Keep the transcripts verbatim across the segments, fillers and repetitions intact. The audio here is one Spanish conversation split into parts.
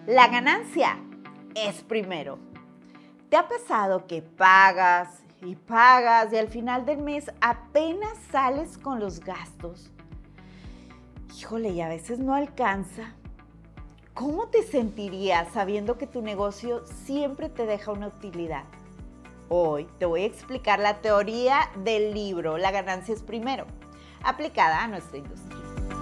La ganancia es primero. ¿Te ha pasado que pagas y pagas y al final del mes apenas sales con los gastos? Híjole, y a veces no alcanza. ¿Cómo te sentirías sabiendo que tu negocio siempre te deja una utilidad? Hoy te voy a explicar la teoría del libro La ganancia es primero, aplicada a nuestra industria.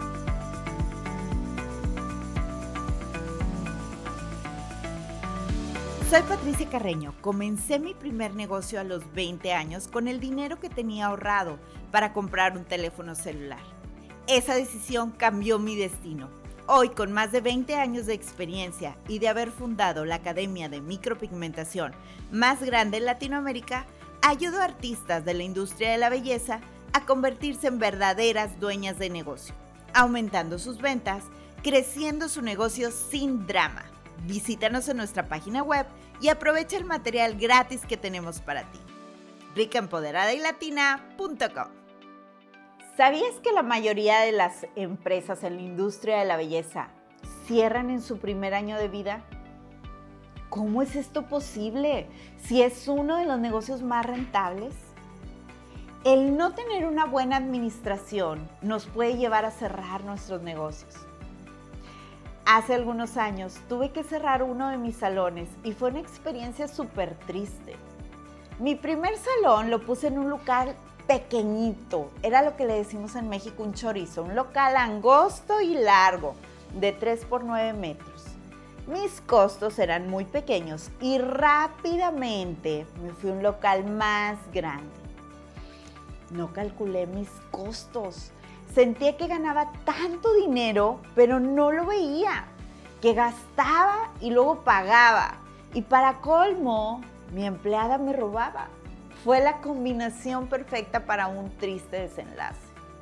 Soy Patricia Carreño. Comencé mi primer negocio a los veinte años con el dinero que tenía ahorrado para comprar un teléfono celular. Esa decisión cambió mi destino. Hoy, con más de veinte años de experiencia y de haber fundado la Academia de Micropigmentación más grande en Latinoamérica, ayudo a artistas de la industria de la belleza a convertirse en verdaderas dueñas de negocio, aumentando sus ventas, creciendo su negocio sin drama. Visítanos en nuestra página web y aprovecha el material gratis que tenemos para ti. rica empoderada y latina punto com. ¿Sabías que la mayoría de las empresas en la industria de la belleza cierran en su primer año de vida? ¿Cómo es esto posible si es uno de los negocios más rentables? El no tener una buena administración nos puede llevar a cerrar nuestros negocios. Hace algunos años tuve que cerrar uno de mis salones y fue una experiencia súper triste. Mi primer salón lo puse en un local pequeñito, era lo que le decimos en México un chorizo, un local angosto y largo, de tres por nueve metros. Mis costos eran muy pequeños y rápidamente me fui a un local más grande. No calculé mis costos. Sentía que ganaba tanto dinero, pero no lo veía, que gastaba y luego pagaba. Y para colmo, mi empleada me robaba. Fue la combinación perfecta para un triste desenlace.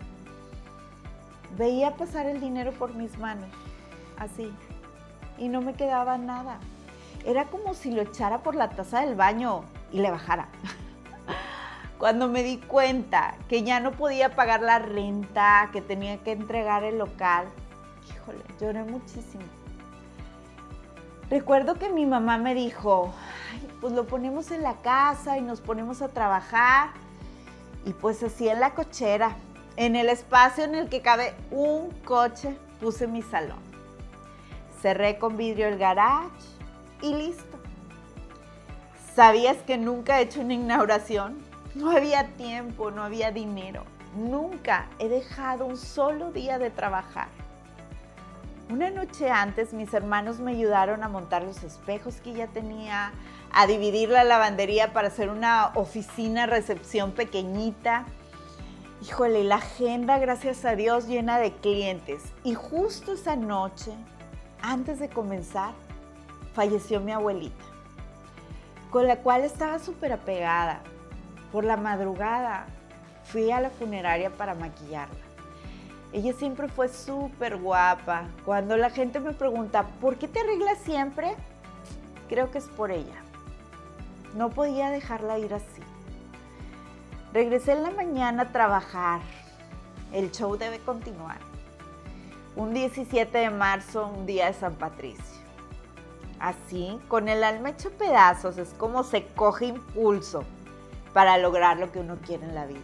Veía pasar el dinero por mis manos, así, y no me quedaba nada. Era como si lo echara por la taza del baño y le bajara. Cuando me di cuenta que ya no podía pagar la renta, que tenía que entregar el local, híjole, lloré muchísimo. Recuerdo que mi mamá me dijo, ay, pues lo ponemos en la casa y nos ponemos a trabajar. Y pues así en la cochera, en el espacio en el que cabe un coche, puse mi salón. Cerré con vidrio el garage y listo. ¿Sabías que nunca he hecho una inauguración? No había tiempo, no había dinero. Nunca he dejado un solo día de trabajar. Una noche antes, mis hermanos me ayudaron a montar los espejos que ya tenía, a dividir la lavandería para hacer una oficina recepción pequeñita. Híjole, la agenda, gracias a Dios, llena de clientes. Y justo esa noche, antes de comenzar, falleció mi abuelita, con la cual estaba súper apegada. Por la madrugada fui a la funeraria para maquillarla. Ella siempre fue súper guapa. Cuando la gente me pregunta, ¿por qué te arreglas siempre? Creo que es por ella. No podía dejarla ir así. Regresé en la mañana a trabajar. El show debe continuar. Un diecisiete de marzo, un día de San Patricio. Así, con el alma hecho pedazos, es como se coge impulso para lograr lo que uno quiere en la vida.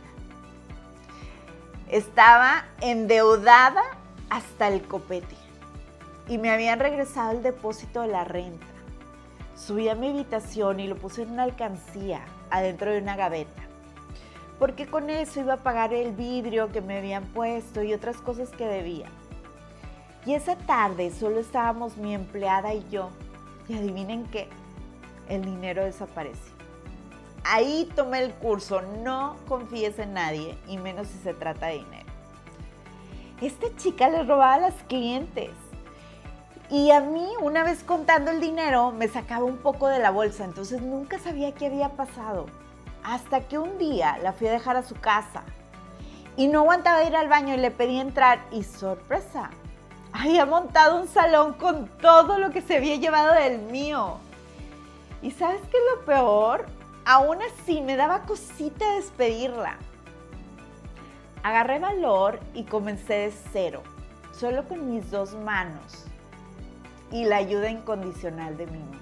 Estaba endeudada hasta el copete y me habían regresado el depósito de la renta. Subí a mi habitación y lo puse en una alcancía adentro de una gaveta, porque con eso iba a pagar el vidrio que me habían puesto y otras cosas que debía. Y esa tarde solo estábamos mi empleada y yo, y adivinen qué, el dinero desapareció. Ahí tomé el curso, no confíes en nadie, y menos si se trata de dinero. Esta chica le robaba a las clientes. Y a mí, una vez contando el dinero, me sacaba un poco de la bolsa, entonces nunca sabía qué había pasado. Hasta que un día la fui a dejar a su casa. Y no aguantaba ir al baño y le pedí entrar, y sorpresa, había montado un salón con todo lo que se había llevado del mío. ¿Y sabes qué es lo peor? Aún así me daba cosita despedirla. Agarré valor y comencé de cero, solo con mis dos manos. y la ayuda incondicional de mi mamá.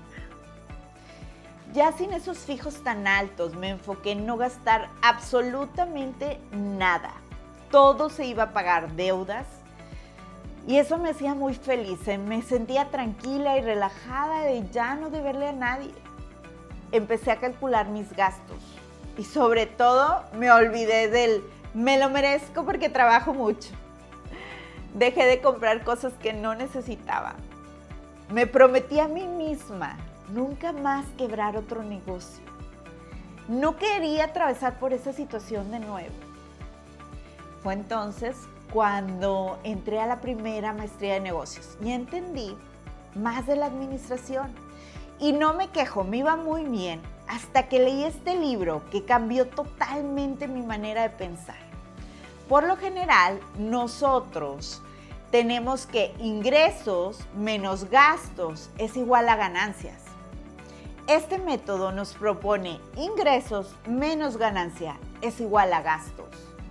Ya sin esos fijos tan altos, me enfoqué en no gastar absolutamente nada. Todo se iba a pagar deudas y eso me hacía muy feliz. Me sentía tranquila y relajada de ya no deberle a nadie. Empecé a calcular mis gastos y sobre todo me olvidé del me lo merezco porque trabajo mucho. Dejé de comprar cosas que no necesitaba. Me prometí a mí misma nunca más quebrar otro negocio. No quería atravesar por esa situación de nuevo. Fue entonces cuando entré a la primera maestría de negocios y entendí más de la administración. Y no me quejo, me iba muy bien hasta que leí este libro que cambió totalmente mi manera de pensar. Por lo general, nosotros tenemos que ingresos menos gastos es igual a ganancias. Este método nos propone ingresos menos ganancia es igual a gastos.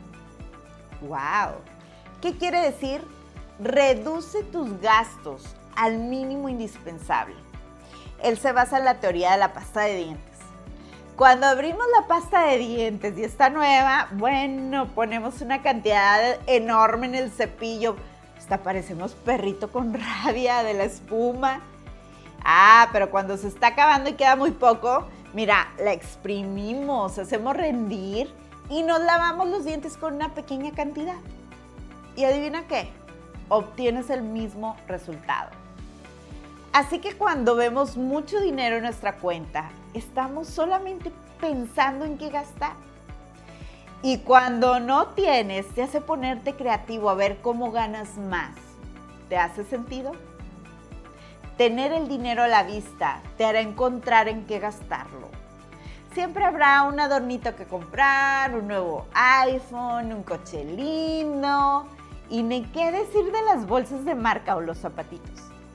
¡Wow! ¿Qué quiere decir? Reduce tus gastos al mínimo indispensable. Él se basa en la teoría de la pasta de dientes. Cuando abrimos la pasta de dientes y está nueva, bueno, ponemos una cantidad enorme en el cepillo. Hasta parecemos perrito con rabia de la espuma. Ah, pero cuando se está acabando y queda muy poco, mira, la exprimimos, hacemos rendir y nos lavamos los dientes con una pequeña cantidad. Y adivina qué, obtienes el mismo resultado. Así que cuando vemos mucho dinero en nuestra cuenta, estamos solamente pensando en qué gastar. Y cuando no tienes, te hace ponerte creativo a ver cómo ganas más. ¿Te hace sentido? Tener el dinero a la vista te hará encontrar en qué gastarlo. Siempre habrá un adornito que comprar, un nuevo iPhone, un coche lindo. Y ni qué decir de las bolsas de marca o los zapatitos.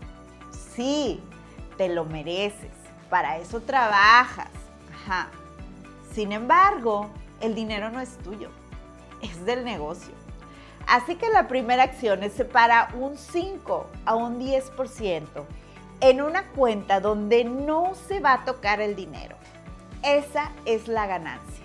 Sí, te lo mereces, para eso trabajas. Ajá. Sin embargo, el dinero no es tuyo, es del negocio. Así que la primera acción es separar un cinco a un diez por ciento en una cuenta donde no se va a tocar el dinero. Esa es la ganancia.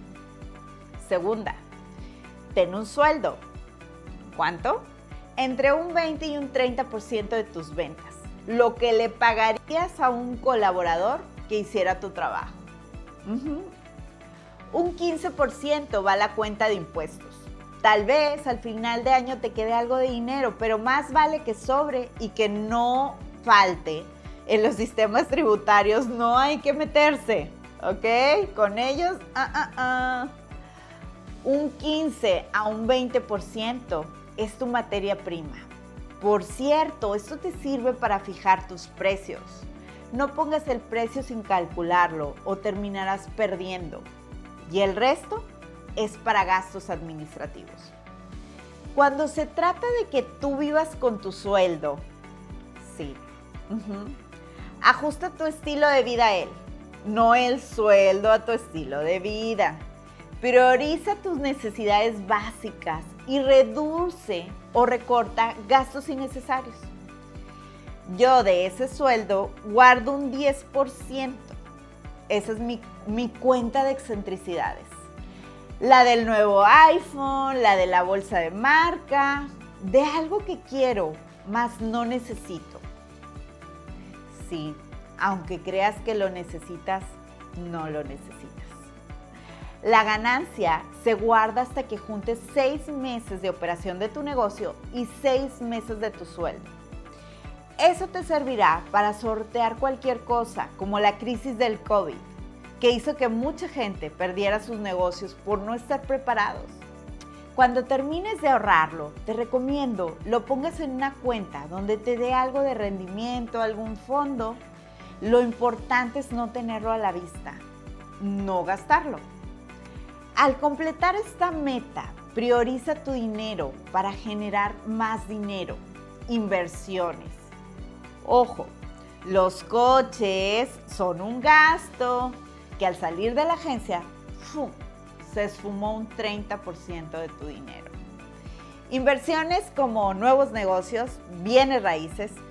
Segunda, ten un sueldo. ¿Cuánto? Entre un veinte y un treinta por ciento de tus ventas. Lo que le pagarías a un colaborador que hiciera tu trabajo. Uh-huh. Un quince por ciento va a la cuenta de impuestos. Tal vez al final de año te quede algo de dinero, pero más vale que sobre y que no falte. En los sistemas tributarios no hay que meterse, ¿ok? Con ellos, ah, ah, ah. Un quince a un veinte por ciento es tu materia prima. Por cierto, esto te sirve para fijar tus precios. No pongas el precio sin calcularlo o terminarás perdiendo. Y el resto es para gastos administrativos. Cuando se trata de que tú vivas con tu sueldo, sí, uh-huh, ajusta tu estilo de vida a él, no el sueldo a tu estilo de vida. Prioriza tus necesidades básicas y reduce o recorta gastos innecesarios. Yo de ese sueldo guardo un diez por ciento. Esa es mi, mi cuenta de excentricidades. La del nuevo iPhone, la de la bolsa de marca, de algo que quiero, mas no necesito. Sí, aunque creas que lo necesitas, no lo necesitas. La ganancia se guarda hasta que juntes seis meses de operación de tu negocio y seis meses de tu sueldo. Eso te servirá para sortear cualquier cosa, como la crisis del COVID, que hizo que mucha gente perdiera sus negocios por no estar preparados. Cuando termines de ahorrarlo, te recomiendo lo pongas en una cuenta donde te dé algo de rendimiento, algún fondo. Lo importante es no tenerlo a la vista, no gastarlo. Al completar esta meta, prioriza tu dinero para generar más dinero, inversiones. Ojo, los coches son un gasto que al salir de la agencia, ¡fum!, se esfumó un treinta por ciento de tu dinero. Inversiones como nuevos negocios, bienes raíces,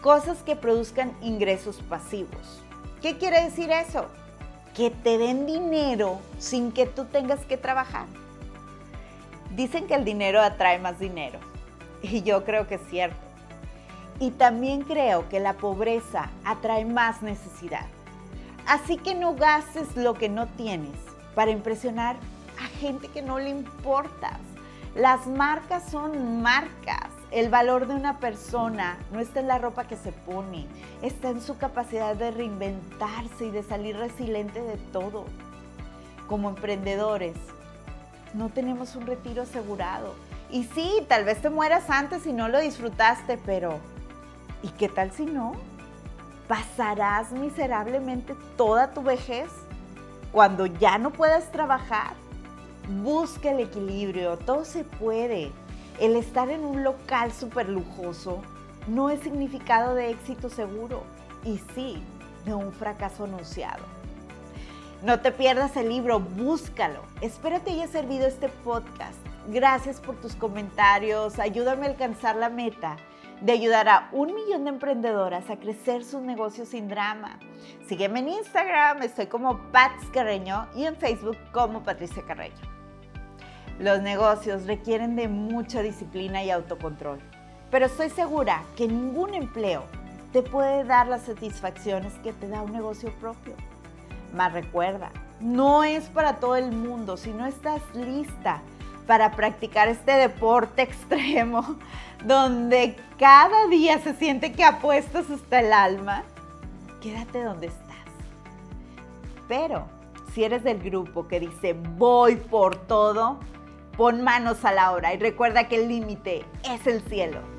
cosas que produzcan ingresos pasivos. ¿Qué quiere decir eso? Que te den dinero sin que tú tengas que trabajar. Dicen que el dinero atrae más dinero, y yo creo que es cierto. Y también creo que la pobreza atrae más necesidad. Así que no gastes lo que no tienes para impresionar a gente que no le importas. Las marcas son marcas. El valor de una persona no está en la ropa que se pone, está en su capacidad de reinventarse y de salir resiliente de todo. Como emprendedores, no tenemos un retiro asegurado. Y sí, tal vez te mueras antes y no lo disfrutaste, pero ¿y qué tal si no? ¿Pasarás miserablemente toda tu vejez cuando ya no puedas trabajar? Busca el equilibrio, todo se puede. El estar en un local súper lujoso no es significado de éxito seguro y sí de un fracaso anunciado. No te pierdas el libro, búscalo. Espero te haya servido este podcast. Gracias por tus comentarios, ayúdame a alcanzar la meta de ayudar a un millón de emprendedoras a crecer sus negocios sin drama. Sígueme en Instagram, estoy como Pats Carreño y en Facebook como Patricia Carreño. Los negocios requieren de mucha disciplina y autocontrol, pero estoy segura que ningún empleo te puede dar las satisfacciones que te da un negocio propio. Mas recuerda, no es para todo el mundo. Si no estás lista para practicar este deporte extremo, donde cada día se siente que apuestas hasta el alma, quédate donde estás. Pero si eres del grupo que dice voy por todo, pon manos a la obra y recuerda que el límite es el cielo.